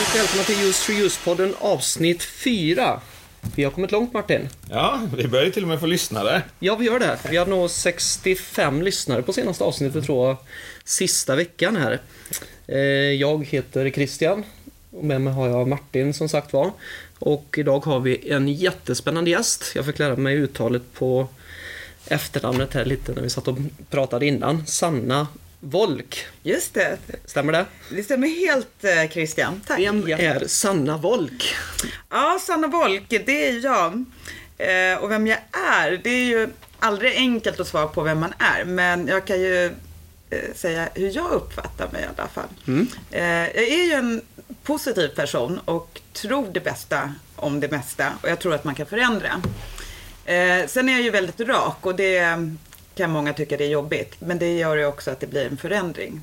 Välkomna till Just for Just-podden avsnitt 4. Vi har kommit långt, Martin. Ja, vi börjar ju till och med få lyssnare. Ja, vi gör det. Vi har nog 65 lyssnare på senaste avsnittet, tror jag, sista veckan här. Jag heter Christian och med mig har jag Martin, som sagt var. Och idag har vi en jättespännande gäst. Jag fick lära mig uttalet på efternamnet här lite när vi satt och pratade innan. Sanna Wolk. Just det. Stämmer det? Det stämmer helt, Christian. Tack. Vem är Sanna Wolk? Ja, Sanna Wolk, det är jag. Och vem jag är, det är ju aldrig enkelt att svara på vem man är. Men jag kan ju säga hur jag uppfattar mig i alla fall. Jag är ju en positiv person och tror det bästa om det mesta. Och jag tror att man kan förändra. Sen är jag ju väldigt rak och det kan många tycka det är jobbigt. Men det gör ju också att det blir en förändring.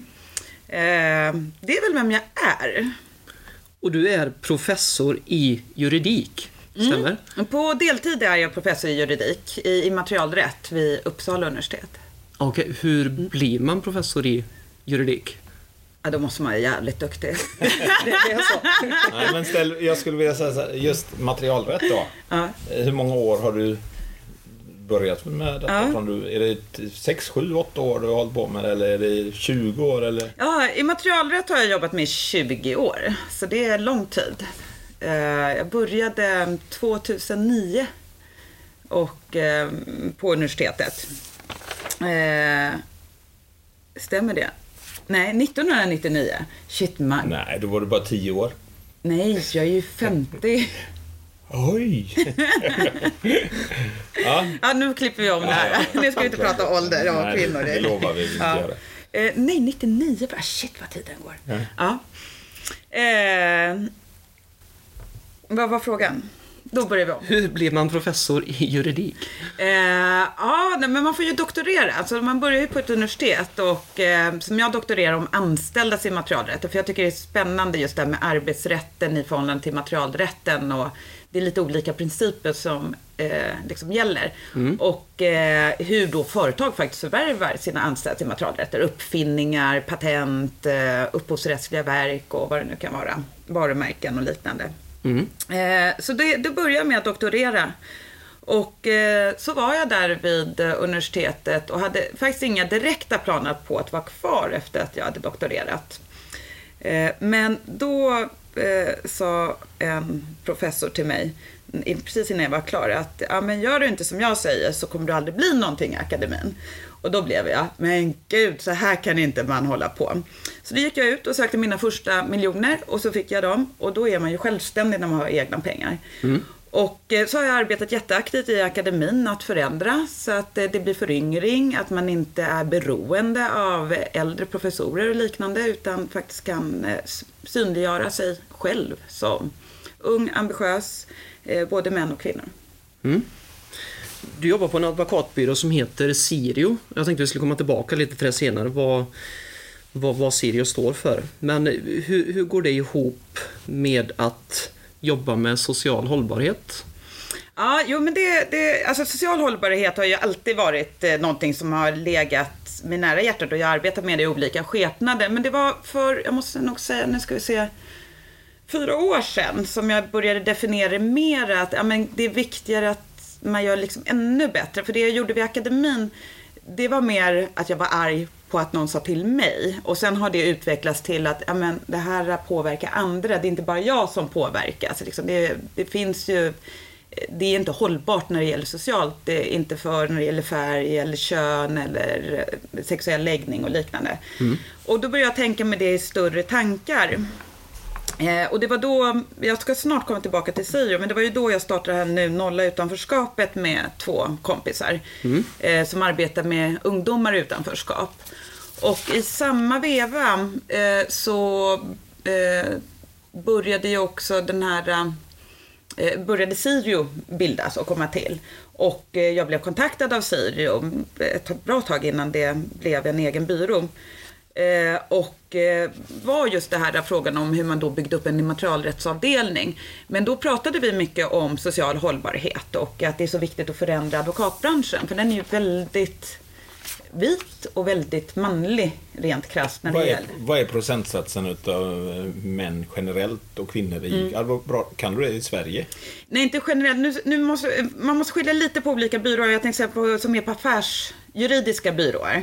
Det är väl vem jag är. Och du är professor i juridik, stämmer? På deltid är jag professor i juridik i immaterialrätt vid Uppsala universitet. Okej, hur blir man professor i juridik? Ja, då måste man vara jävligt duktig. Det är så. Nej, men jag skulle vilja säga så här, just materialrätt då. Ja. Hur många år har du börjat med detta? Ja. Är det 6, 7, 8 år du har hållit på med det, eller är det 20 år? Eller? Ja, immaterialrätt har jag jobbat med i 20 år. Så det är lång tid. Jag började 2009 och på universitetet. Stämmer det? Nej, 1999. Shit, man. Nej, då var du bara 10 år. Nej, jag är ju 50. Oj! Ja, nu klipper vi om det här. Nu ska vi inte prata ålder och kvinnor. Det lovar vi inte göra. Nej, 99. Shit, vad tiden går. Ja. Vad var frågan? Då börjar vi om. Hur blir man professor i juridik? Men man får ju doktorera. Alltså man börjar ju på ett universitet och som jag doktorerar om anställdas i materialrätt. För jag tycker det är spännande just det här med arbetsrätten i förhållande till materialrätten. Och det är lite olika principer som liksom gäller. Och hur då företag faktiskt förvärvar sina anställda till materialrätter. Uppfinningar, patent, upphovsrättsliga verk och vad det nu kan vara. Varumärken och liknande. Så det började med att doktorera. Och så var jag där vid universitetet och hade faktiskt inga direkta planer på att vara kvar efter att jag hade doktorerat. Men då sa en professor till mig precis innan jag var klar att ja, men gör du inte som jag säger så kommer du aldrig bli någonting i akademin. Och då blev jag, men gud, så här kan inte man hålla på. Så då gick jag ut och sökte mina första miljoner och så fick jag dem. Och då är man ju självständig när man har egna pengar. Och så har jag arbetat jätteaktivt i akademin att förändra så att det blir föryngring, att man inte är beroende av äldre professorer och liknande utan faktiskt kan synliggöra sig själv som ung, ambitiös, både män och kvinnor. Du jobbar på en advokatbyrå som heter Sirio. Jag tänkte vi skulle komma tillbaka lite till det senare, vad Sirio står för. Men hur går det ihop med att jobba med social hållbarhet? Ja, jo men alltså social hållbarhet har ju alltid varit någonting som har legat mig nära hjärtat och jag har arbetat med det i olika skepnader. Men det var jag måste nog säga, nu ska vi se, 4 år sedan som jag började definiera mer att ja, men det är viktigare att man gör liksom ännu bättre. För det jag gjorde vid akademin, det var mer att jag var arg på att någon sa till mig. Och sen har det utvecklats till att ja, men det här påverkar andra. Det är inte bara jag som påverkas. Liksom det finns ju, det är inte hållbart när det gäller socialt. Det är inte för när det gäller färg eller kön eller sexuell läggning och liknande. Och då började jag tänka med det i större tankar. Och det var då, jag ska snart komma tillbaka till Sirio, men det var ju då jag startade här nu Nolla utanförskapet med 2 kompisar som arbetar med ungdomar i utanförskap. Och i samma veva så började ju också började Sirio bildas och komma till. Och jag blev kontaktad av Sirio ett bra tag innan det blev en egen byrå. Och var just det här frågan om hur man då byggde upp en immaterialrättsavdelning. Men då pratade vi mycket om social hållbarhet och att det är så viktigt att förändra advokatbranschen. För den är ju väldigt vit och väldigt manlig rent krasst när det gäller. Vad är procentsatsen utav män generellt och kvinnor i kan du det i Sverige? Nej, inte generellt. Man måste skilja lite på olika byråer. Jag tänkte på som är på affärsjuridiska byråer.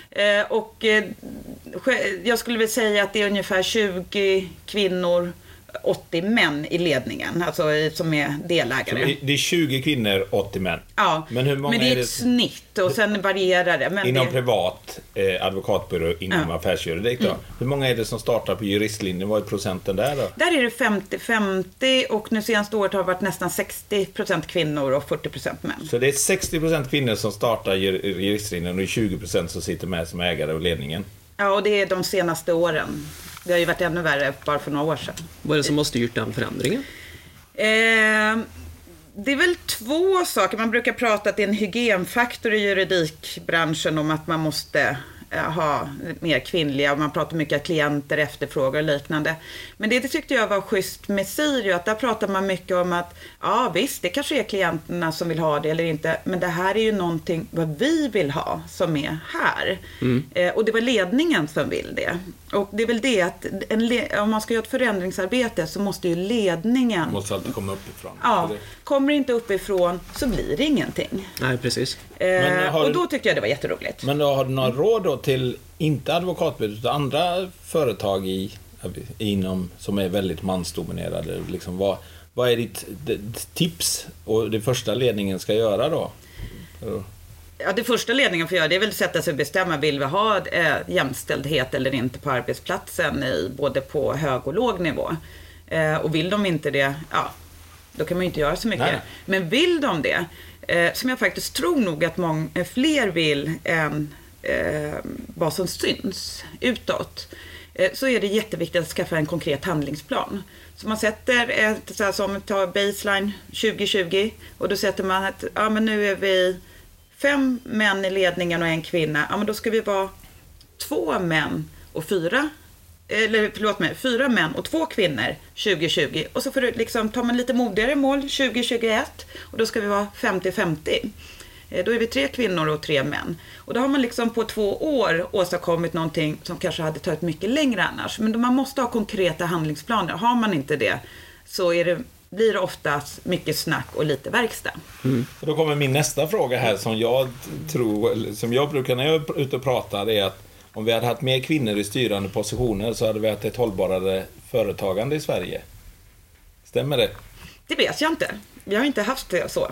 Jag skulle väl säga att det är ungefär 20 kvinnor, 80 män i ledningen, alltså som är delägare. Så det är 20 kvinnor, 80 män. Ja, men hur många det är ett snitt och sen varierar det. Men inom privat advokatbyrå, inom affärsjuridik då. Hur många är det som startar på juristlinjen? Vad är procenten där då? Där är det 50-50 och nu senaste året har det varit nästan 60% kvinnor och 40% män. Så det är 60% kvinnor som startar juristlinjen och 20% som sitter med som ägare och ledningen. Ja, och det är de senaste åren. Det har ju varit ännu värre bara för några år sedan. Vad är det som har styrt den förändringen? Det är väl två saker. Man brukar prata att det är en hygienfaktor i juridikbranschen om att man måste ha mer kvinnliga, och man pratar mycket om klienter, efterfrågor och liknande. Men det tyckte jag var schysst med Sirio, att där pratar man mycket om att ja visst, det kanske är klienterna som vill ha det eller inte, men det här är ju någonting vad vi vill ha som är här. Och det var ledningen som vill det. Och det är väl det att om man ska göra ett förändringsarbete så måste ju ledningen måste alltid komma uppifrån. Ja, kommer inte uppifrån så blir det ingenting. Nej, precis. Och då tyckte jag det var jätteroligt. Men då har du några råd då till, inte advokatbyrå utan andra företag inom som är väldigt mansdominerade, liksom, vad är ditt tips och det första ledningen ska göra då? Ja, det första ledningen får göra det är väl att sätta sig och bestämma, vill vi ha jämställdhet eller inte på arbetsplatsen både på hög och låg nivå. Och vill de inte det, ja, då kan man ju inte göra så mycket. Nej. Men vill de det, som jag faktiskt tror nog att fler vill än vad som syns utåt, så är det jätteviktigt att skaffa en konkret handlingsplan. Så man sätter som tar baseline 2020 och då sätter man att ja, men nu är vi 5 män i ledningen och en kvinna. Ja, men då ska vi vara 4 män och 4 män och 2 kvinnor 2020. Och så tar man lite modigare mål 2021 och då ska vi vara 50-50. Då är vi 3 kvinnor och 3 män. Och då har man liksom på 2 år åstadkommit någonting som kanske hade tagit mycket längre annars. Men man måste ha konkreta handlingsplaner. Har man inte det så blir det oftast mycket snack och lite verkstad. Då kommer min nästa fråga här som jag brukar när jag är ute och pratar, är att om vi hade haft mer kvinnor i styrande positioner så hade vi haft ett hållbarare företagande i Sverige. Stämmer det? Det vet jag inte. Vi har inte haft det så.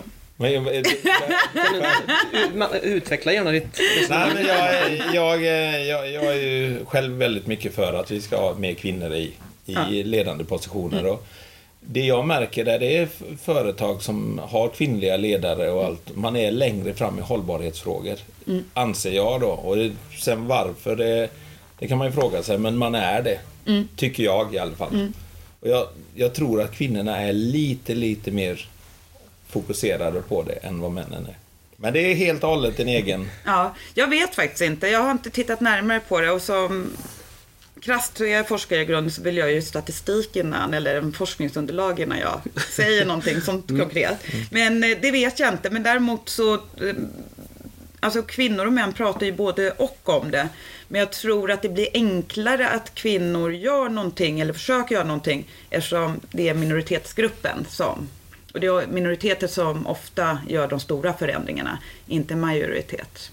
Utveckla gärna ditt. Nej, men jag är ju själv väldigt mycket för att vi ska ha mer kvinnor i ledande positioner. Och det jag märker där, det är företag som har kvinnliga ledare och allt. Man är längre fram i hållbarhetsfrågor, anser jag då. Och sen varför, det kan man ju fråga sig, men man är det. Tycker jag i alla fall. Och jag tror att kvinnorna är lite mer fokuserade på det än vad männen är. Men det är helt och hållet en egen... Ja, jag vet faktiskt inte. Jag har inte tittat närmare på det. Och som krasst forskare i grund så vill jag ju statistik innan, eller en forskningsunderlag innan jag säger någonting sånt konkret. Men det vet jag inte. Men däremot så... Alltså kvinnor och män pratar ju både och om det. Men jag tror att det blir enklare att kvinnor gör någonting eller försöker göra någonting eftersom det är minoritetsgruppen som... Och det är minoriteter som ofta gör de stora förändringarna, inte majoritet.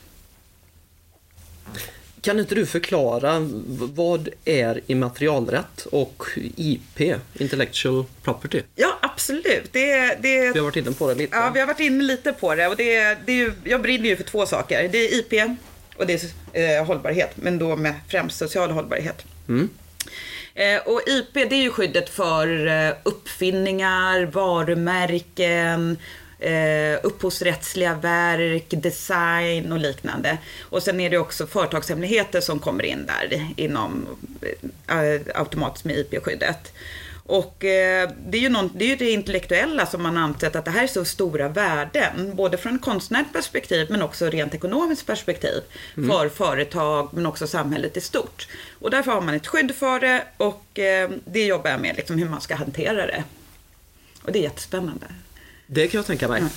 Kan inte du förklara vad är immaterialrätt och IP, Intellectual Property? Ja, absolut. Vi har varit inne på det lite. Ja, vi har varit inne lite på det. Och det är ju, jag brinner ju för 2 saker. Det är IP och det är hållbarhet, men då med främst social hållbarhet. Och IP, det är ju skyddet för uppfinningar, varumärken, upphovsrättsliga verk, design och liknande. Och sen är det också företagshemligheter som kommer in där inom automatiskt med IP-skyddet. Och det är ju det intellektuella som man ansett att det här är så stora värden, både från konstnärligt perspektiv men också rent ekonomiskt perspektiv för företag men också samhället i stort. Och därför har man ett skydd för det och det jobbar jag med, liksom hur man ska hantera det. Och det är jättespännande. Det kan jag tänka mig.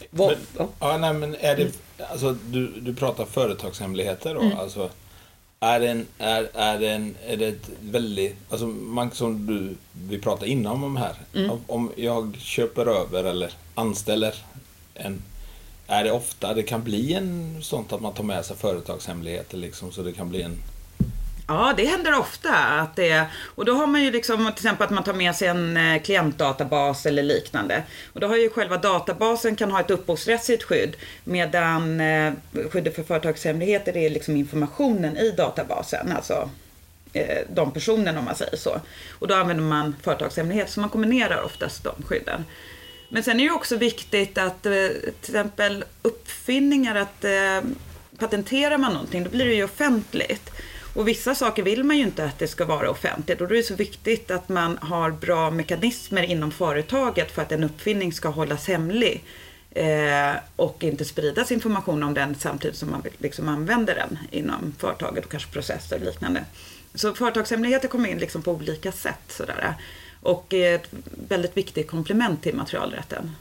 Men är det, alltså, du pratar företagshemligheter då, alltså är det ett väldigt, alltså man som vi pratade innan om här, om jag köper över eller anställer är det ofta det kan bli en sånt att man tar med sig företagshemligheter liksom, så det kan bli en... Ja, det händer ofta att och då har man ju liksom till exempel att man tar med sig en klientdatabas eller liknande. Och då har ju själva databasen kan ha ett upphovsrättsligt skydd, medan skyddet för företagshemligheter är liksom informationen i databasen, alltså de personerna om man säger så. Och då använder man företagshemligheter, så man kombinerar oftast de skydden. Men sen är det ju också viktigt att till exempel uppfinningar, att patenterar man någonting, då blir det ju offentligt. Och vissa saker vill man ju inte att det ska vara offentligt. Och då är det så viktigt att man har bra mekanismer inom företaget för att en uppfinning ska hållas hemlig. Och inte spridas information om den samtidigt som man liksom använder den inom företaget och kanske processer och liknande. Så företagshemligheter kommer in liksom på olika sätt. Sådär. Och är ett väldigt viktigt komplement till materialrätten.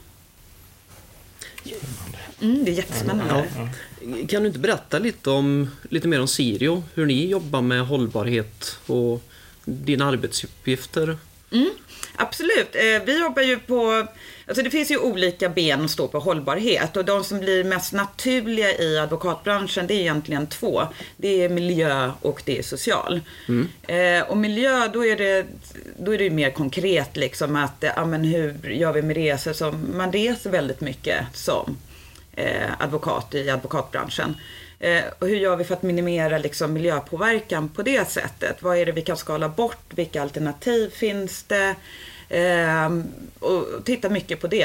Det är jättespännande. Ja. Kan du inte berätta lite mer om Sirio, hur ni jobbar med hållbarhet och dina arbetsuppgifter? Absolut. Vi jobbar ju på, alltså det finns ju olika ben att stå på hållbarhet, och de som blir mest naturliga i advokatbranschen, det är egentligen två. Det är miljö och det är social. Och miljö, då är det ju mer konkret liksom att, men hur gör vi med resor som, man reser väldigt mycket som advokat i advokatbranschen. Och hur gör vi för att minimera liksom miljöpåverkan på det sättet? Vad är det vi kan skala bort? Vilka alternativ finns det? Och titta mycket på det.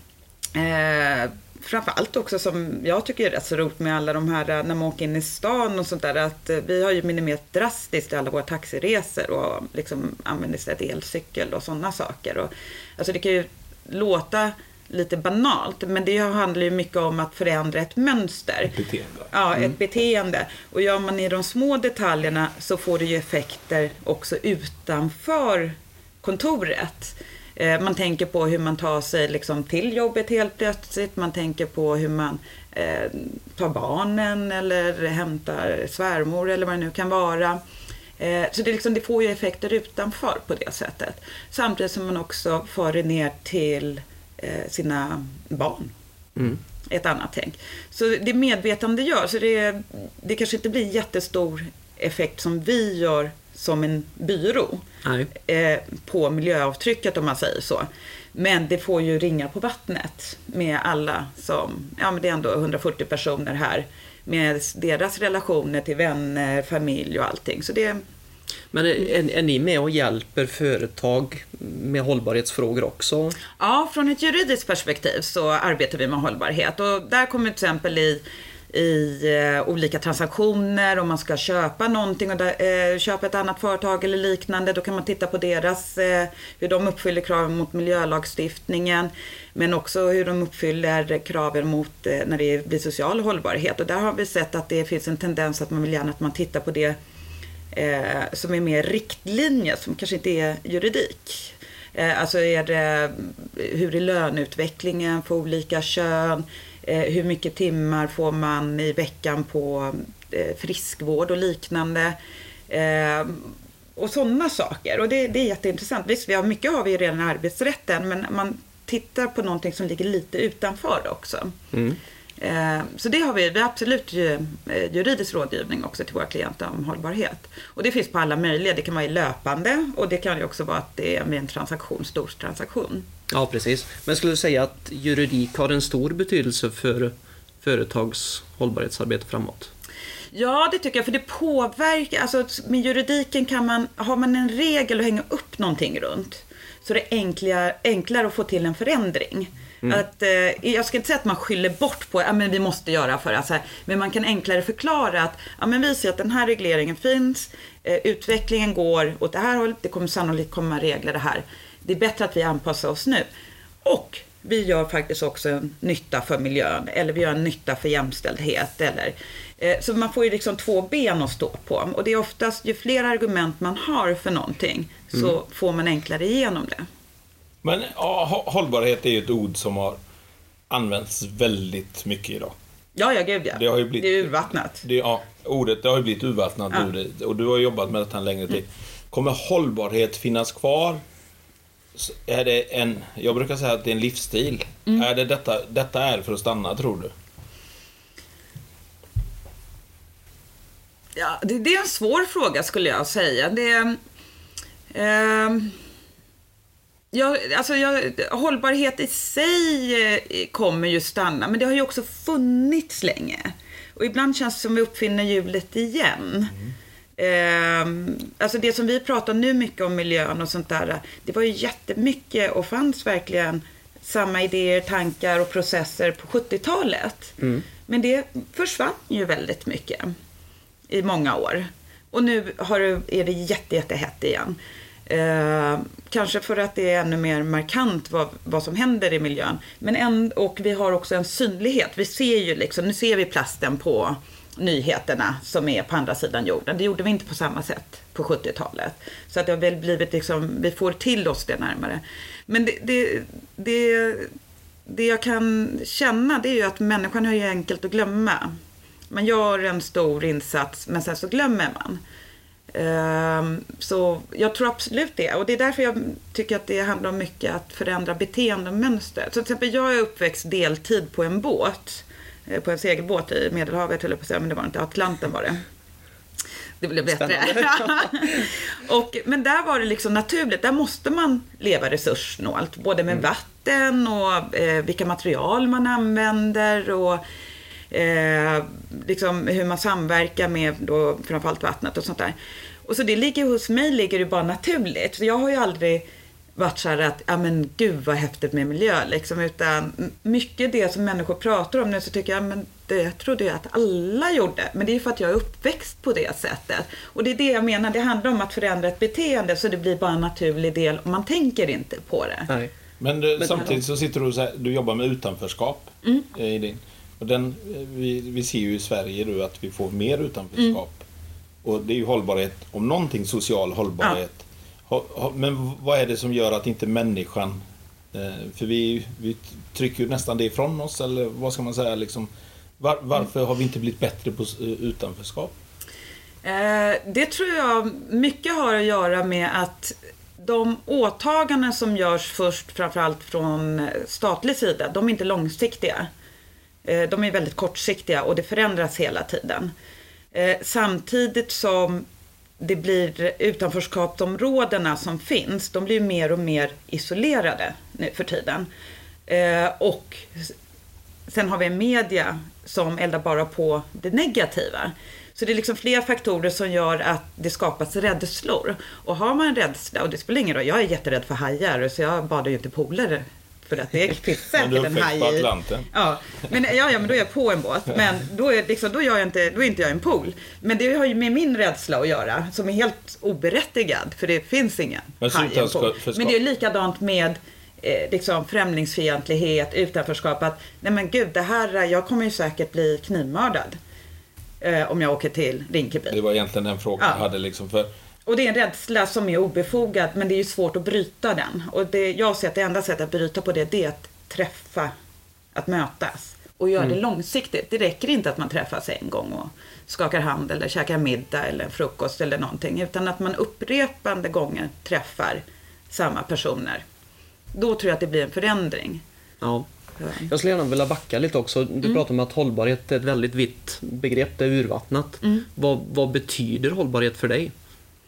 Framförallt också, som jag tycker är rätt så roligt med alla de här när man åker in i stan och sånt där, att vi har ju minimerat drastiskt alla våra taxiresor och liksom använder istället elcykel och sådana saker. Och, alltså det kan ju låta lite banalt, men det handlar ju mycket om att förändra ett mönster. Ett beteende. Ja, ett beteende. Och gör man i de små detaljerna så får det ju effekter också utanför kontoret. Man tänker på hur man tar sig liksom till jobbet helt plötsligt. Man tänker på hur man tar barnen eller hämtar svärmor eller vad det nu kan vara. Så det får ju effekter utanför på det sättet. Samtidigt som man också för det ner till sina barn. Ett annat tänk. Så det medvetande gör, så det kanske inte blir jättestor effekt som vi gör som en byrå på miljöavtrycket, om man säger så. Men det får ju ringa på vattnet med alla som, men det är ändå 140 personer här med deras relationer till vänner, familj och allting. Så det... Men är ni med och hjälper företag med hållbarhetsfrågor också? Ja, från ett juridiskt perspektiv så arbetar vi med hållbarhet. Och där kommer till exempel i olika transaktioner, om man ska köpa någonting och köpa ett annat företag eller liknande, då kan man titta på deras, hur de uppfyller kraven mot miljölagstiftningen, men också hur de uppfyller kraven mot när det blir social hållbarhet. Och där har vi sett att det finns en tendens att man vill gärna att man tittar på det som är mer riktlinjer, som kanske inte är juridik. Alltså hur är löneutvecklingen för olika kön, hur mycket timmar får man i veckan på friskvård och liknande, och sådana saker. Och det är jätteintressant. Visst, mycket har vi redan i arbetsrätten, men man tittar på någonting som ligger lite utanför också. Så det har vi har absolut juridisk rådgivning också till våra klienter om hållbarhet. Och det finns på alla möjliga, det kan vara i löpande, och det kan ju också vara att det är en transaktion, stor transaktion. Ja, precis. Men skulle du säga att juridik har en stor betydelse för företags hållbarhetsarbete framåt? Ja, det tycker jag, för det påverkar, alltså med juridiken har man en regel att hänga upp någonting runt, så det är enklare att få till en förändring. Att, jag ska inte säga att man skyller bort på men vi måste göra för att, men man kan enklare förklara att men vi ser att den här regleringen finns, utvecklingen går åt det här hållet, det kommer sannolikt komma regler det här. Det är bättre att vi anpassar oss nu. Och vi gör faktiskt också en nytta för miljön, eller vi gör en nytta för jämställdhet. Så man får ju liksom två ben att stå på. Och det är oftast, ju fler argument man har för någonting, så får man enklare igenom det. Men hållbarhet är ju ett ord som har används väldigt mycket idag. Ja, gud ja. Det har ju blivit, det är urvattnat. Det har ju blivit urvattnat nu, och du har jobbat med det en längre tid. Kommer hållbarhet finnas kvar? Är det jag brukar säga att det är en livsstil. Är det detta är för att stanna, tror du? Ja, det är en svår fråga, skulle jag säga. Hållbarhet i sig kommer ju stanna, men det har ju också funnits länge. Och ibland känns det som vi uppfinner hjulet igen. Alltså det som vi pratar nu mycket om miljön och sånt där, det var ju jättemycket och fanns verkligen samma idéer, tankar och processer på 70-talet. Men det försvann ju väldigt mycket i många år. Och nu är det jättehett igen. Kanske för att det är ännu mer markant vad som händer i miljön. Och vi har också en synlighet. Vi ser ju nu ser vi plasten på nyheterna som är på andra sidan jorden. Det gjorde vi inte på samma sätt på 70-talet. Så att det har väl blivit vi får till oss det närmare. Men det jag kan känna, det är ju att människan har ju enkelt att glömma. Man gör en stor insats, men sen så glömmer man. Så jag tror absolut det. Och det är därför jag tycker att det handlar om mycket att förändra beteendemönster. Så till exempel, jag är uppväxt deltid på en båt. På en segelbåt i Medelhavet, eller på att säga, men det var inte Atlanten var det. Det blev bättre. Men där var det naturligt. Där måste man leva resurssnålt. Både med vatten och vilka material man använder och hur man samverkar med då framförallt vattnet och sånt där. Och så hos mig ligger det bara naturligt. Så jag har ju aldrig varit så här att, ja men gud vad häftigt med miljö utan mycket det som människor pratar om nu, så tycker jag, men det trodde jag att alla gjorde. Men det är ju för att jag är uppväxt på det sättet. Och det är det jag menar, det handlar om att förändra ett beteende så det blir bara en naturlig del och man tänker inte på det. Nej. Men samtidigt så sitter du så här, du jobbar med utanförskap i din. Och vi ser ju i Sverige nu att vi får mer utanförskap. Och det är ju hållbarhet, om någonting social hållbarhet. Ja. Men vad är det som gör att inte människan, för vi trycker ju nästan det ifrån oss, eller vad ska man säga varför har vi inte blivit bättre på utanförskap? Det tror jag mycket har att göra med att de åtaganden som görs först, framförallt från statlig sida, de är inte långsiktiga. De är väldigt kortsiktiga och det förändras hela tiden. Samtidigt som det blir utanförskapsområdena som finns, de blir mer och mer isolerade nu för tiden. Och sen har vi en media som eldar bara på det negativa. Så det är fler faktorer som gör att det skapas rädslor. Och har man en rädsla, och det spelar ingen roll, jag är jätterädd för hajar så jag badar ju inte pooler. För att det finns säkert en haj i. Ja, men då är jag på en båt. Men då är inte jag en pool. Men det har ju med min rädsla att göra, som är helt oberättigad, för det finns ingen haj i en pool. Men det är likadant med främlingsfientlighet, utanförskap, att nej men gud, jag kommer ju säkert bli knivmördad om jag åker till Rinkeby. Det var egentligen den frågan jag hade Och det är en rädsla som är obefogad, men det är ju svårt att bryta den. Och jag ser att det enda sättet att bryta på det är att träffa, att mötas. Och göra det långsiktigt. Det räcker inte att man träffas en gång och skakar hand eller käkar middag eller frukost eller någonting. Utan att man upprepande gånger träffar samma personer. Då tror jag att det blir en förändring. Ja. Jag skulle gärna vilja backa lite också. Du pratar om att hållbarhet är ett väldigt vitt begrepp, det är urvattnat. Vad betyder hållbarhet för dig?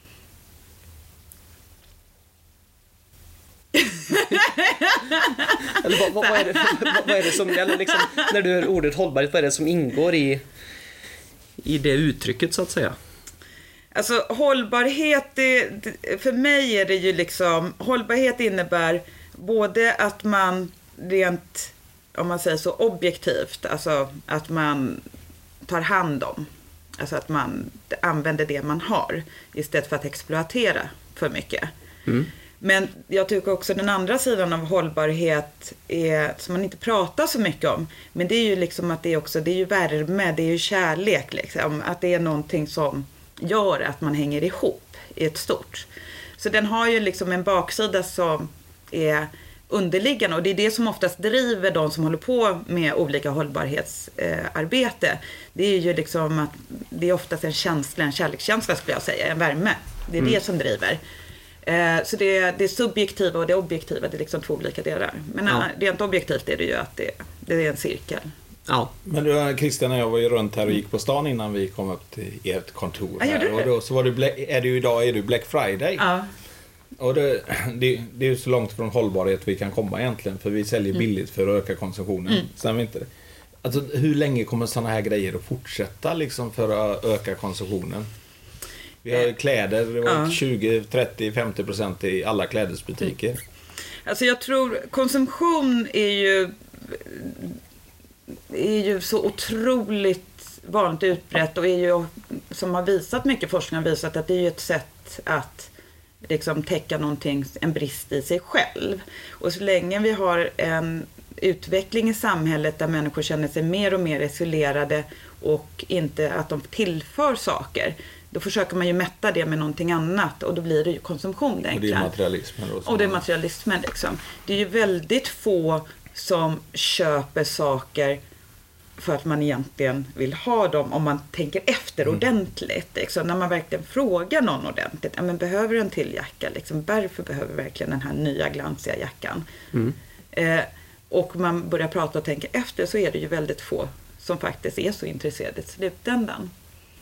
Eller vad är det som, eller när du hör ordet hållbarhet, vad är det som ingår i det uttrycket så att säga? Alltså hållbarhet, för mig är det ju hållbarhet innebär både att man rent, om man säger så, objektivt, alltså att man tar hand om, alltså att man använder det man har istället för att exploatera för mycket. Men jag tycker också den andra sidan av hållbarhet är, som man inte pratar så mycket om, men det är ju att det är ju värme, det är ju kärlek att det är någonting som gör att man hänger ihop i ett stort. Så den har ju en baksida som är underliggande, och det är det som oftast driver de som håller på med olika hållbarhetsarbete. Det är ju liksom att det är oftast en kärlekskänsla skulle jag säga, en värme. Det är det som driver. Så det subjektiva och det objektiva, det är liksom 2 olika delar. Men rent objektivt är det ju att det är en cirkel. Ja. Men du, Christian och jag var ju runt här och gick på stan innan vi kom upp till ert kontor här. Och då så var det idag är det Black Friday. Ja. Och det är ju så långt från hållbarhet vi kan komma egentligen, för vi säljer billigt för att öka konsumtionen. Stämmer inte det? Alltså, hur länge kommer sådana här grejer att fortsätta liksom, för att öka konsumtionen? Vi har kläder, det var 20, 30, 50% i alla klädesbutiker. Alltså jag tror konsumtion är ju så otroligt vanligt utbrett, och är ju, som har visat, mycket forskning har visat att det är ju ett sätt att liksom täcka någonting, en brist i sig själv. Och så länge vi har en utveckling i samhället där människor känner sig mer och mer isolerade och inte att de tillför saker, då försöker man ju mätta det med någonting annat, och då blir det ju konsumtion. Och det är materialismen då. Och det är materialismen liksom. Det är ju väldigt få som köper saker för att man egentligen vill ha dem, om man tänker efter ordentligt. Liksom. När man verkligen frågar någon ordentligt, men behöver du en till jacka? Liksom, varför behöver du verkligen den här nya glansiga jackan? Och man börjar prata och tänka efter, så är det ju väldigt få som faktiskt är så intresserade i slutändan.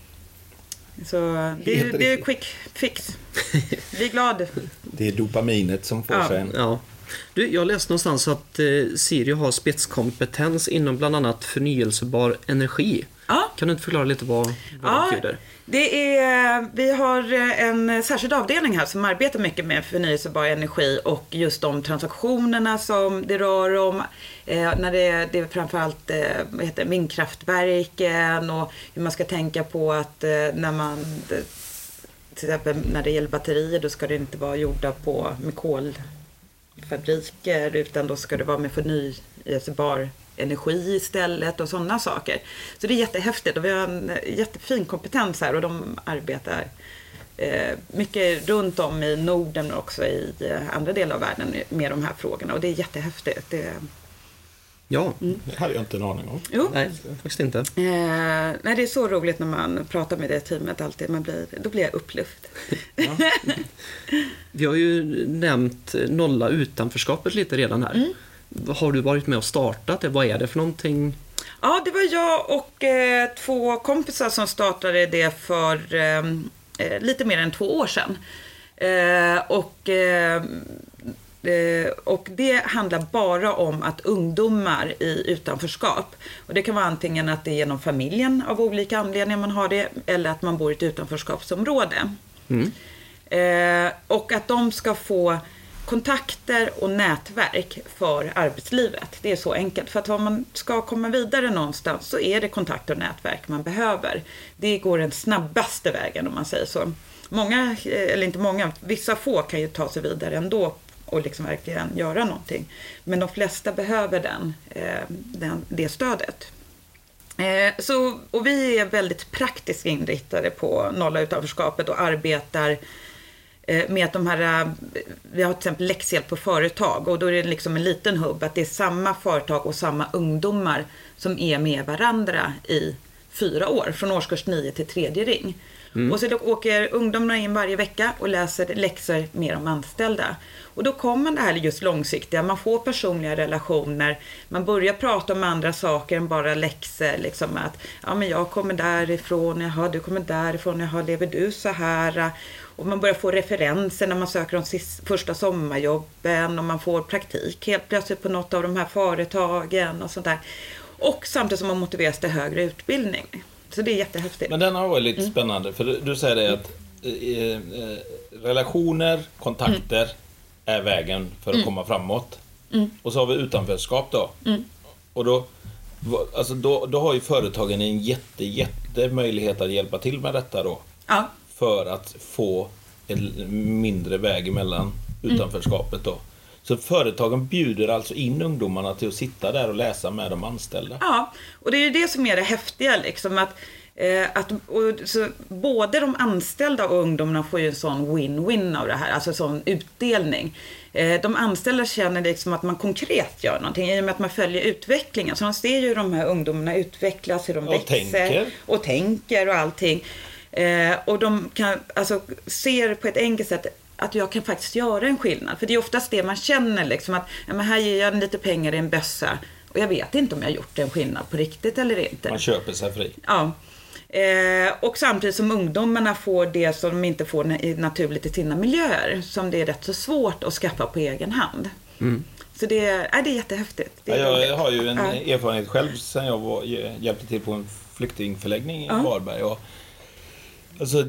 Så det är quick fix. Bli glad. Det är dopaminet som får sig en. Ja. Du, jag läste någonstans att Sirio har spetskompetens inom bland annat förnyelsebar energi. Ja. Kan du inte förklara lite vad det betyder? Vi har en särskild avdelning här som arbetar mycket med förnyelsebar energi och just de transaktionerna som det rör om. När det är framförallt vindkraftverken, och hur man ska tänka på att när man, till exempel när det gäller batterier, då ska det inte vara gjorda med kolfabriker, utan då ska det vara med förnyelsebar energi istället och sådana saker. Så det är jättehäftigt, och vi har en jättefin kompetens här, och de arbetar mycket runt om i Norden och också i andra delar av världen med de här frågorna, och det är jättehäftigt. Ja. Det hade jag inte en aning om. Jo. Nej, faktiskt inte. Nej, det är så roligt när man pratar med det teamet alltid. Då blir jag upplyft. Ja. Vi har ju nämnt nolla utanförskapet lite redan här. Har du varit med och startat det? Vad är det för någonting? Ja, det var jag och 2 kompisar som startade det för lite mer än 2 år sedan. Och det handlar bara om att ungdomar i utanförskap, och det kan vara antingen att det är genom familjen av olika anledningar man har det, eller att man bor i ett utanförskapsområde. Och att de ska få kontakter och nätverk för arbetslivet. Det är så enkelt. För att om man ska komma vidare någonstans, så är det kontakter och nätverk man behöver. Det går den snabbaste vägen, om man säger så. Många, eller inte många, vissa få kan ju ta sig vidare ändå och liksom verkligen göra någonting. Men de flesta behöver det stödet. Och vi är väldigt praktiskt inriktade på nolla utanförskapet och arbetar med att vi har till exempel läxhjälp på företag, och då är det liksom en liten hubb att det är samma företag och samma ungdomar som är med varandra i 4 år, från årskurs 9 till 3:e ring. Och så åker ungdomarna in varje vecka och läser läxor med de anställda. Och då kommer det här just långsiktiga, man får personliga relationer, man börjar prata om andra saker än bara läxor, liksom att men jag kommer därifrån, jaha du kommer därifrån, jaha lever du så här, och man börjar få referenser när man söker de första sommarjobben, och man får praktik helt plötsligt på något av de här företagen och sånt där, och samtidigt som man motiveras till högre utbildning. Så det är jättehäftigt. Men den har varit lite spännande, för du säger det att relationer, kontakter är vägen för att komma framåt. Och så har vi utanförskap då. Och då har ju företagen en jätte möjlighet att hjälpa till med detta då. Ja. För att få en mindre väg emellan utanförskapet då. Så företagen bjuder alltså in ungdomarna till att sitta där och läsa med de anställda. Ja, och det är ju det som är det häftiga liksom, att Så både de anställda och ungdomarna får ju en sån win-win av det här, alltså sån utdelning. De anställda känner liksom att man konkret gör någonting i och med att man följer utvecklingen. Så de ser ju de här ungdomarna utvecklas, hur de växer och tänker och allting. Och de kan alltså ser på ett enkelt sätt att jag kan faktiskt göra en skillnad. För det är oftast det man känner liksom att men här ger jag lite pengar i en bössa och jag vet inte om jag har gjort en skillnad på riktigt eller inte. Man köper sig fri. Ja. Och samtidigt som ungdomarna får det som de inte får naturligt i sina miljöer, som det är rätt så svårt att skaffa på egen hand. Så det är jättehäftigt. Jag har ju en erfarenhet själv sen jag hjälpte till på en flyktingförläggning i Varberg. Och alltså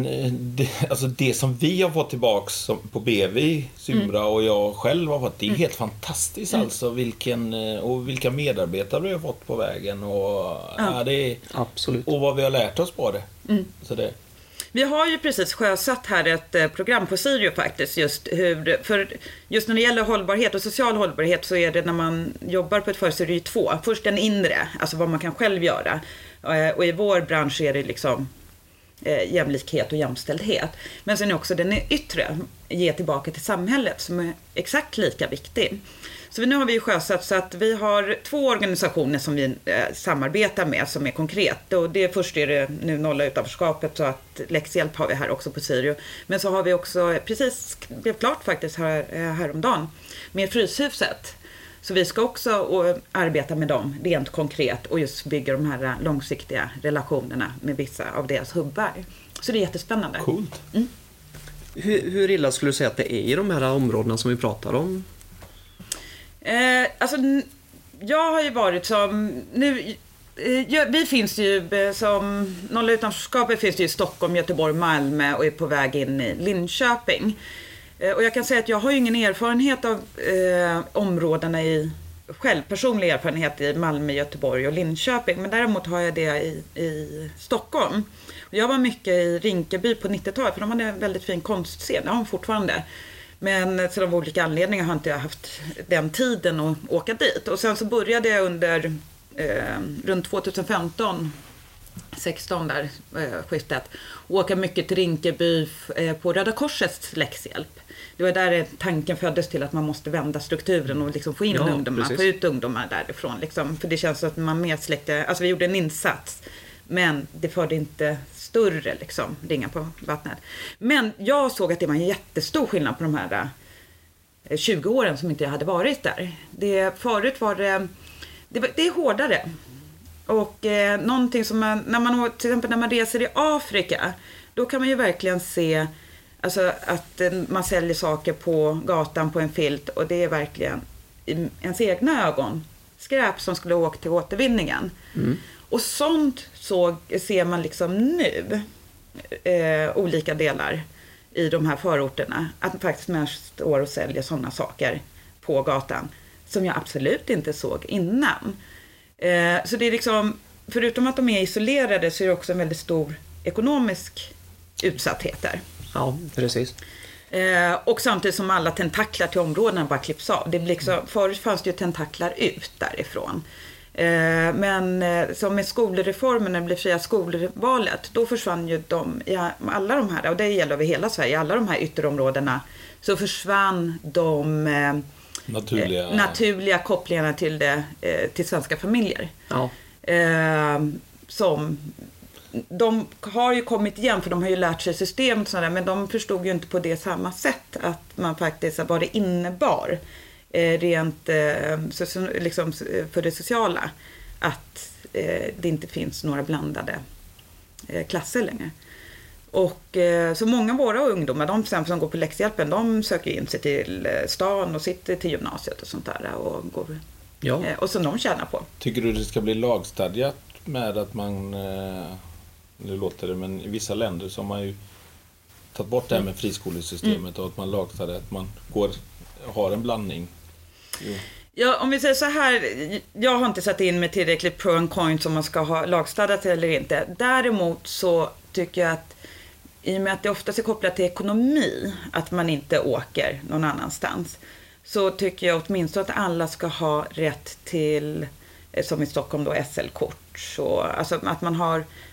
det som vi har fått tillbaks på BV, Sura och jag själv har fått, det är helt fantastiskt alltså vilka medarbetare vi har fått på vägen och det är absolut. Och vad vi har lärt oss på det. Så det. Vi har ju precis sjösatt här ett program på Sirio faktiskt, just när det gäller hållbarhet och social hållbarhet, så är det när man jobbar på ett företag så är det ju två. Först den inre, alltså vad man kan själv göra, och i vår bransch är det liksom jämlikhet och jämställdhet. Men sen är också den yttre, ge tillbaka till samhället, som är exakt lika viktig. Så nu har vi sjösatt så att vi har 2 organisationer som vi samarbetar med som är konkret. Och det först är det nu nolla utanförskapet, så att läxhjälp har vi här också på Sirio. Men så har vi också precis blev klart faktiskt häromdagen med Fryshuset. Så vi ska också arbeta med dem rent konkret och just bygga de här långsiktiga relationerna med vissa av deras hubbar. Så det är jättespännande. Coolt. Hur illa skulle du säga att det är i de här områdena som vi pratar om? Alltså, jag har ju varit som... vi finns ju som... Nolla utanförskapet finns det ju i Stockholm, Göteborg, Malmö och är på väg in i Linköping. Och jag kan säga att jag har ju ingen erfarenhet av områdena personlig erfarenhet i Malmö, Göteborg och Linköping. Men däremot har jag det i Stockholm. Och jag var mycket i Rinkeby på 90-talet, för de hade en väldigt fin konstscen. Det har de fortfarande. Men så av olika anledningar har inte jag haft den tiden att åka dit. Och sen så började jag under runt 2015 16 där skiftet, åka mycket till Rinkeby på Röda Korsets läxhjälp. Det var där tanken föddes till att man måste vända strukturen och liksom få in ungdomar, få ut ungdomar därifrån liksom. För det känns som att man medsläckte, alltså vi gjorde en insats, men det förde inte större liksom ringar på vattnet. Men jag såg att det var en jättestor skillnad på de här 20 åren som inte jag hade varit där. Förut var det är hårdare. Och någonting som till exempel när man reser i Afrika, då kan man ju verkligen se alltså, att man säljer saker på gatan på en filt, och det är verkligen i ens egna ögon skräp som skulle åka till återvinningen. Och sånt ser man liksom nu olika delar i de här förorterna, att faktiskt människor står och säljer sådana saker på gatan som jag absolut inte såg innan. Så det är liksom, förutom att de är isolerade, så är det också en väldigt stor ekonomisk utsatthet där. Ja, precis. Och samtidigt som alla tentaklar till områdena bara klipps av. Det blir liksom, förut fanns det ju tentaklar ut därifrån. Men som med skolreformen, när det blev fria skolvalet, då försvann ju alla de här, och det gäller över hela Sverige, alla de här ytterområdena, så försvann de naturliga kopplingarna till svenska familjer. Ja. Som de har ju kommit igen, för de har ju lärt sig systemet sådär, men de förstod ju inte på det samma sätt att man faktiskt, vad det innebar rent liksom för det sociala, att det inte finns några blandade klasser längre. Och så många av våra ungdomar, de som går på läxhjälpen, de söker in sig till stan och sitter till gymnasiet och sånt där och går, och som de tjänar på. Tycker du det ska bli lagstadgat med att man, nu låter det, men i vissa länder så har man ju tagit bort det här med friskolesystemet och att man lagstadgar att man har en blandning. Jo. Ja, om vi säger så här, jag har inte satt in mig tillräckligt pro and coins om man ska ha lagstadgat eller inte. Däremot så tycker jag att i och med att det oftast är kopplat till ekonomi, att man inte åker någon annanstans, så tycker jag åtminstone att alla ska ha rätt till, som i Stockholm då, SL-kort. Så, alltså att man har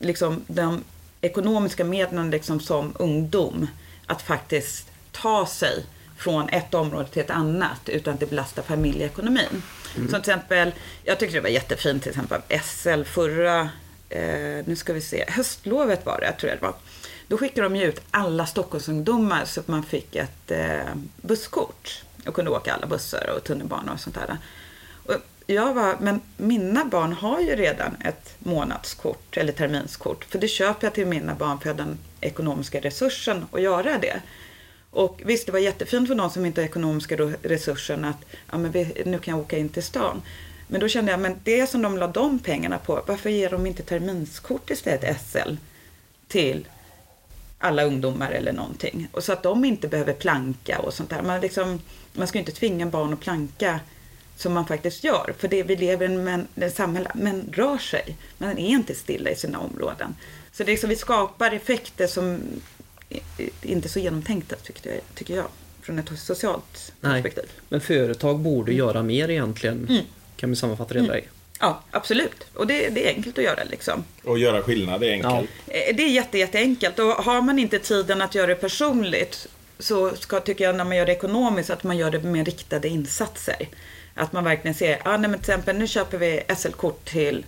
liksom de ekonomiska medlen liksom som ungdom att faktiskt ta sig från ett område till ett annat utan att det belastar familjeekonomin. Som till exempel, jag tycker det var jättefint till exempel SL förra, nu ska vi se, höstlovet var det, jag tror det var. Då skickade de ju ut alla Stockholmsungdomar så att man fick ett busskort och kunde åka alla bussar och tunnelbanor och sånt där. Och jag var, men mina barn har ju redan ett månadskort eller terminskort, för det köper jag till mina barn för den ekonomiska resursen att göra det. Och visst, det var jättefint för någon som inte har ekonomiska resursen att ja, men nu kan jag åka in till stan. Men då kände jag, men det som de la de pengarna på, varför ger de inte terminskort istället SL till alla ungdomar eller någonting? Och så att de inte behöver planka och sånt där. Man ska ju inte tvinga barn att planka som man faktiskt gör. För det vi lever i ett samhälle, men rör sig. Man är inte stilla i sina områden. Så det är så vi skapar effekter som inte så genomtänkta tycker jag från ett socialt perspektiv. Men företag borde göra mer egentligen. Kan vi sammanfatta det där? Ja, absolut. Och det är enkelt att göra liksom. Och göra skillnad är enkelt. Ja. Det är jätteenkelt. Och har man inte tiden att göra det personligt så tycker jag när man gör det ekonomiskt att man gör det med riktade insatser. Att man verkligen ser, till exempel nu köper vi SL-kort till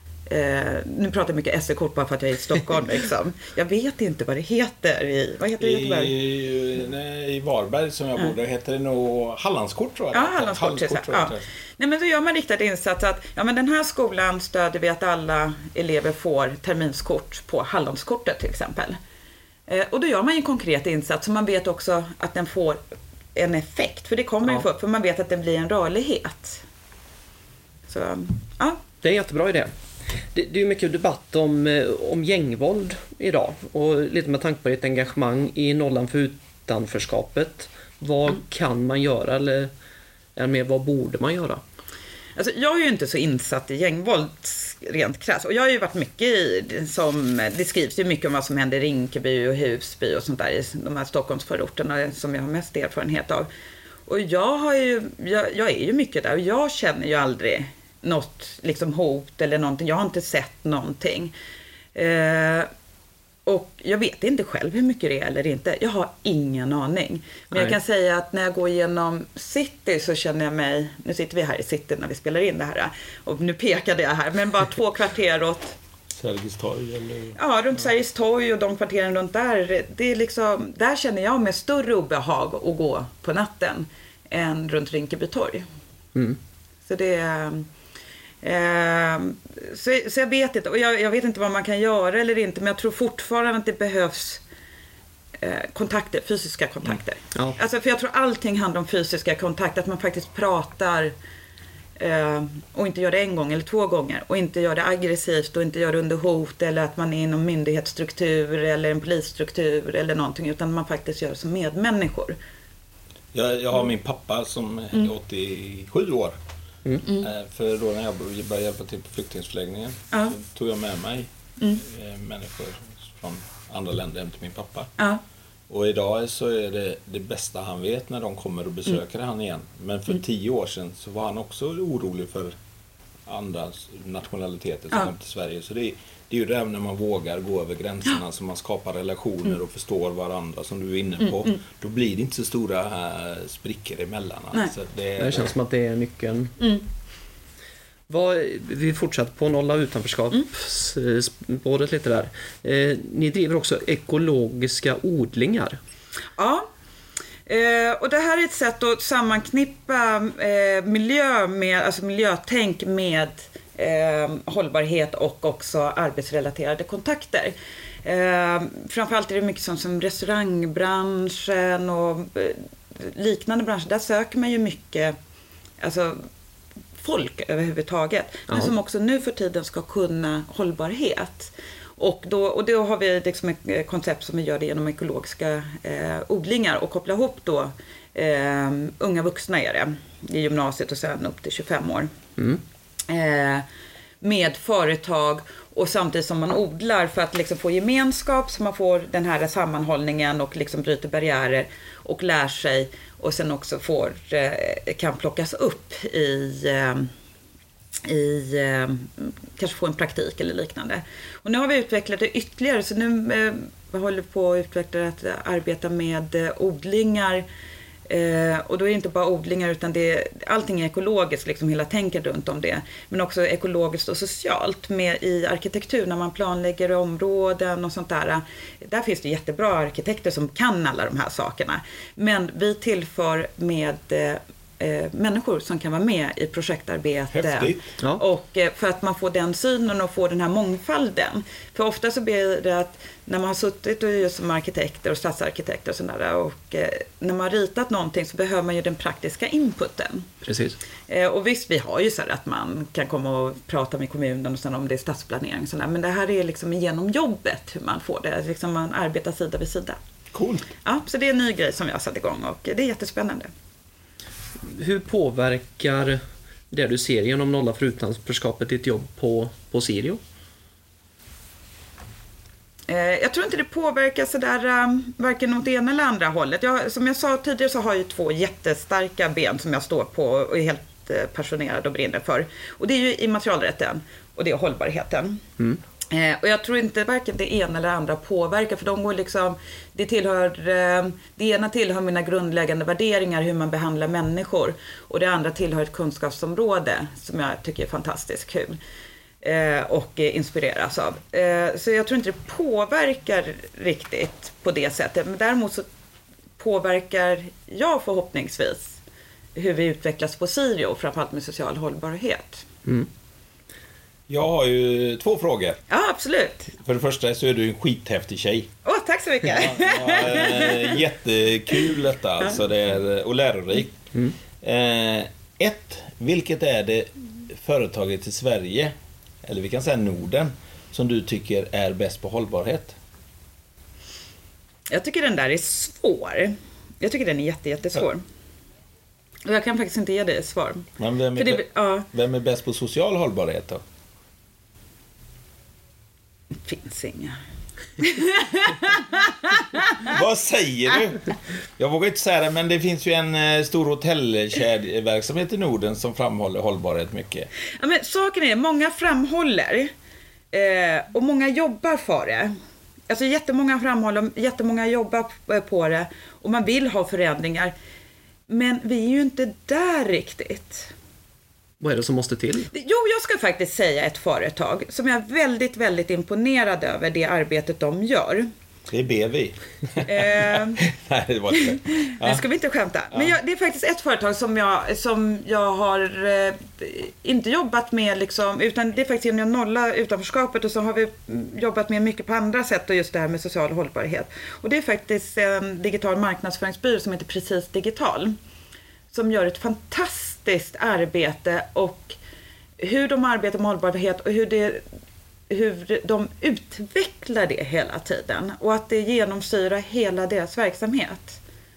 nu pratar jag mycket SL-kort bara för att jag är i Stockholm liksom. Jag vet inte vad det heter vad heter det i Göteborg? I Varberg som jag bor, där heter det nog Hallandskort tror jag. Ja, Hallandskort. Ja. Nej, men så gör man riktade insatser att men den här skolan stöder vi att alla elever får terminskort på Hallandskortet till exempel. Och då gör man ju en konkret insats så man vet också att den får en effekt. För det kommer ju för man vet att det blir en rörlighet. Så, ja. Det är en jättebra idé. Det är ju mycket debatt om gängvåld idag. Och lite med tanke på ditt engagemang i Nollan för utanförskapet. Vad kan man göra eller mer, vad borde man göra? Alltså, jag är ju inte så insatt i gängvåld rent krasst. Och jag har ju varit mycket det skrivs ju mycket om vad som händer i Rinkeby och Husby och sånt där i de här Stockholmsförorterna som jag har mest erfarenhet av. Och jag är ju mycket där och jag känner ju aldrig något liksom hot eller någonting. Jag har inte sett någonting. Och jag vet inte själv hur mycket det är eller inte. Jag har ingen aning. Men jag kan säga att när jag går igenom city så känner jag mig... Nu sitter vi här i city när vi spelar in det här. Och nu pekade jag här. Men bara 2 kvarter åt... Sergels torg eller... Ja, runt Sergels torg och de kvarteren runt där. Det är liksom... Där känner jag med större obehag att gå på natten än runt Rinkeby torg. Så det är... Så jag vet inte, och jag vet inte vad man kan göra eller inte, men jag tror fortfarande att det behövs kontakter, fysiska kontakter. Ja. Alltså, för jag tror allting handlar om fysiska kontakter, att man faktiskt pratar och inte gör det 1 gång eller 2 gånger och inte gör det aggressivt och inte gör det under hot eller att man är inom myndighetsstruktur eller en polisstruktur eller någonting, utan man faktiskt gör det som medmänniskor. Jag har min pappa som är 87 år. För då när jag började hjälpa till på flyktingsförläggningen så tog jag med mig människor från andra länder hem till min pappa. Och idag så är det bästa han vet när de kommer och besöker han igen. Men för 10 år sedan så var han också orolig för andra nationaliteter som kom till Sverige. Så det är ju det när man vågar gå över gränserna så man skapar relationer och förstår varandra som du är inne på. Då blir det inte så stora sprickor emellan. Alltså det känns som att det är nyckeln. Vi fortsätter på nolla utanförskapsspåret lite där. Ni driver också ekologiska odlingar. Ja. Och det här är ett sätt att sammanknippa miljötänk med hållbarhet och också arbetsrelaterade kontakter. Framförallt är det mycket som restaurangbranschen och liknande branscher. Där söker man ju mycket folk överhuvudtaget. Men som också nu för tiden ska kunna hållbarhet. Och då har vi liksom ett koncept som vi gör det genom ekologiska odlingar och koppla ihop då unga vuxna är det i gymnasiet och sen upp till 25 år. Med företag och samtidigt som man odlar för att liksom få gemenskap så man får den här sammanhållningen och liksom bryter barriärer och lär sig och sen också kan plockas upp kanske få en praktik eller liknande. Och nu har vi utvecklat det ytterligare, så nu vi håller på att utveckla att arbeta med odlingar. Och då är det inte bara odlingar, utan allting är ekologiskt, liksom hela tänket runt om det. Men också ekologiskt och socialt med i arkitektur, när man planlägger områden och sånt där. Där finns det jättebra arkitekter som kan alla de här sakerna. Men vi tillför med människor som kan vara med i projektarbete. Häftigt. Ja. Och för att man får den synen och får den här mångfalden. För ofta så blir det att när man har suttit och just som arkitekter och stadsarkitekter och sådär, och när man har ritat någonting så behöver man ju den praktiska inputen. Precis. Och visst, vi har ju så här att man kan komma och prata med kommunen och sen om det är stadsplanering och sådär. Men det här är liksom genom jobbet hur man får det. Liksom man arbetar sida vid sida. Coolt. Ja, så det är en ny grej som jag har satt igång och det är jättespännande. Hur påverkar det du ser genom Nolla för utanförskapet ditt jobb på Sirio? Jag tror inte det påverkar sådär varken åt ena eller andra hållet. Som jag sa tidigare så har jag 2 jättestarka ben som jag står på och är helt passionerad och brinner för. Och det är ju immaterialrätten och det är hållbarheten. Mm. Och jag tror inte varken det ena eller andra påverkar, för de går liksom, det ena tillhör mina grundläggande värderingar, hur man behandlar människor, och det andra tillhör ett kunskapsområde som jag tycker är fantastiskt kul och inspireras av. Så jag tror inte det påverkar riktigt på det sättet, men däremot så påverkar jag förhoppningsvis hur vi utvecklas på Sirio, framförallt med social hållbarhet. Mm. Jag har ju 2 frågor. Ja, absolut. För det första så är du en skithäftig tjej. Tack så mycket. Jättekul detta alltså, och lärorikt. Mm. Vilket är det företaget i Sverige, eller vi kan säga Norden, som du tycker är bäst på hållbarhet? Jag tycker den där är svår. Jag tycker den är jättesvår. Och jag kan faktiskt inte ge dig ett svar. Men vem är bäst på social hållbarhet då? Finns inga. Vad säger du? Jag vågar inte säga det, men det finns ju en stor hotellkedjeverksamhet i Norden som framhåller hållbarhet mycket. Ja, men saken är, många framhåller och många jobbar för det. Alltså jättemånga framhåller, jättemånga jobbar på det och man vill ha förändringar. Men vi är ju inte där riktigt. Vad är det som måste till? Jo, jag ska faktiskt säga ett företag som jag är väldigt, väldigt imponerad över det arbetet de gör. Det är BV. Nej, det var inte. Ja. Nu ska vi inte skämta. Ja. Men det är faktiskt ett företag som jag har inte jobbat med liksom, utan det är faktiskt genom Nolla utanförskapet, och så har vi jobbat med mycket på andra sätt, och just det här med social hållbarhet. Och det är faktiskt en digital marknadsföringsbyrå som heter Precis Digital, som gör ett fantastiskt arbete, och hur de arbetar med hållbarhet och hur de utvecklar det hela tiden, och att det genomsyrar hela deras verksamhet.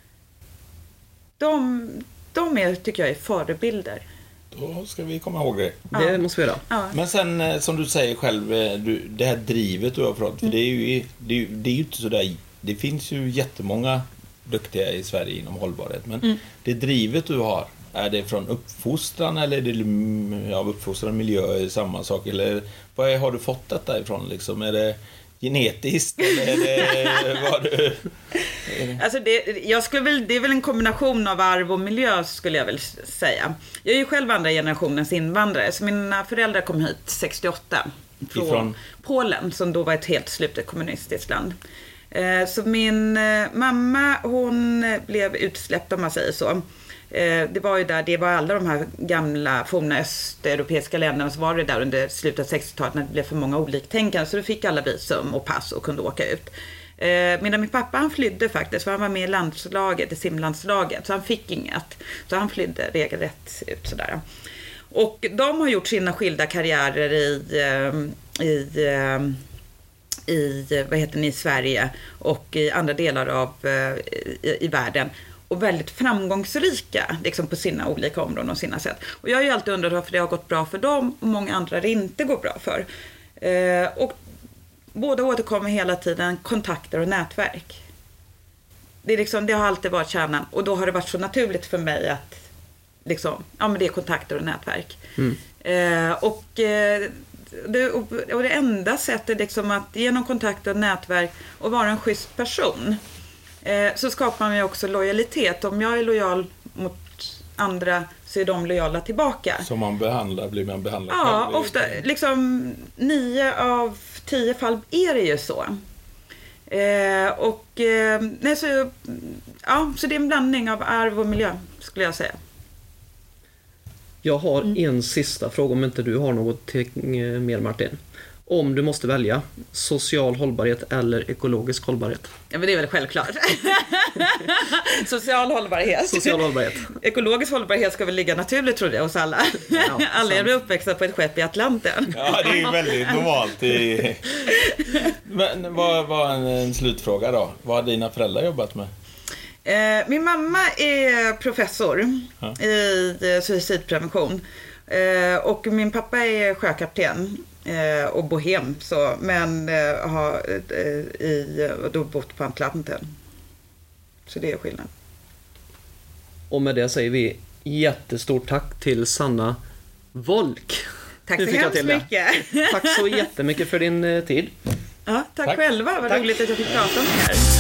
De är, tycker jag, är förebilder. Då ska vi komma ihåg det. Det måste vi göra. Ja. Men sen, som du säger själv, det här drivet du har pratat, för det är ju inte sådär, det finns ju jättemånga duktiga i Sverige inom hållbarhet, men det drivet du har, är det från uppfostran, eller är det uppfostran, miljö är samma sak, eller var har du fått detta ifrån liksom? Är det genetiskt, eller är det vad du... Alltså det är väl en kombination av arv och miljö, skulle jag väl säga. Jag är ju själv andra generationens invandrare, så mina föräldrar kom hit 68 från Polen, som då var ett helt slutet kommunistiskt land. Så min mamma, hon blev utsläppt, om man säger så. Det var ju där, det var alla de här gamla forna östeuropeiska länderna, så var det där under slutet av 60-talet när det blev för många oliktänkande, så då fick alla visum och pass och kunde åka ut. Medan min pappa, han flydde faktiskt, för han var med i landslaget, i simlandslaget, så han fick inget. Så han flydde regelrätt ut sådär. Och de har gjort sina skilda karriärer i Sverige och i andra delar av i världen, och väldigt framgångsrika liksom, på sina olika områden och sina sätt. Och jag har ju alltid undrat varför det har gått bra för dem och många andra det inte går bra för. Och båda återkommer hela tiden kontakter och nätverk. Det har alltid varit kärnan, och då har det varit så naturligt för mig att liksom, ja men det är kontakter och nätverk. Och det enda sättet liksom att genom kontakter och nätverk och vara en schysst person, så skapar man ju också lojalitet. Om jag är lojal mot andra så är de lojala tillbaka. Som man behandlar, blir man behandlad Ja, själv. ofta liksom 9 av 10 fall är det ju så. Så det är en blandning av arv och miljö, skulle jag säga. Jag har en sista fråga, om inte du har något mer, Martin. Om du måste välja social hållbarhet eller ekologisk hållbarhet? Ja, men det är väl självklart. Social hållbarhet. Social hållbarhet. Ekologisk hållbarhet ska väl ligga naturligt, tror jag, hos alla. Ja, alla är uppväxta på ett skepp i Atlanten. Ja, det är ju väldigt normalt. Men vad var en slutfråga då? Vad har dina föräldrar jobbat med? Min mamma är professor i suicidprevention. Och min pappa är sjökapten och bohem, men har då bott på Atlanten. Så det är skillnad. Och med det säger vi jättestort tack till Sanna Wolk. Tack så hemskt mycket. Tack så jättemycket för din tid. Ja, tack Tack. själva. Vad Tack. roligt att jag fick prata med er.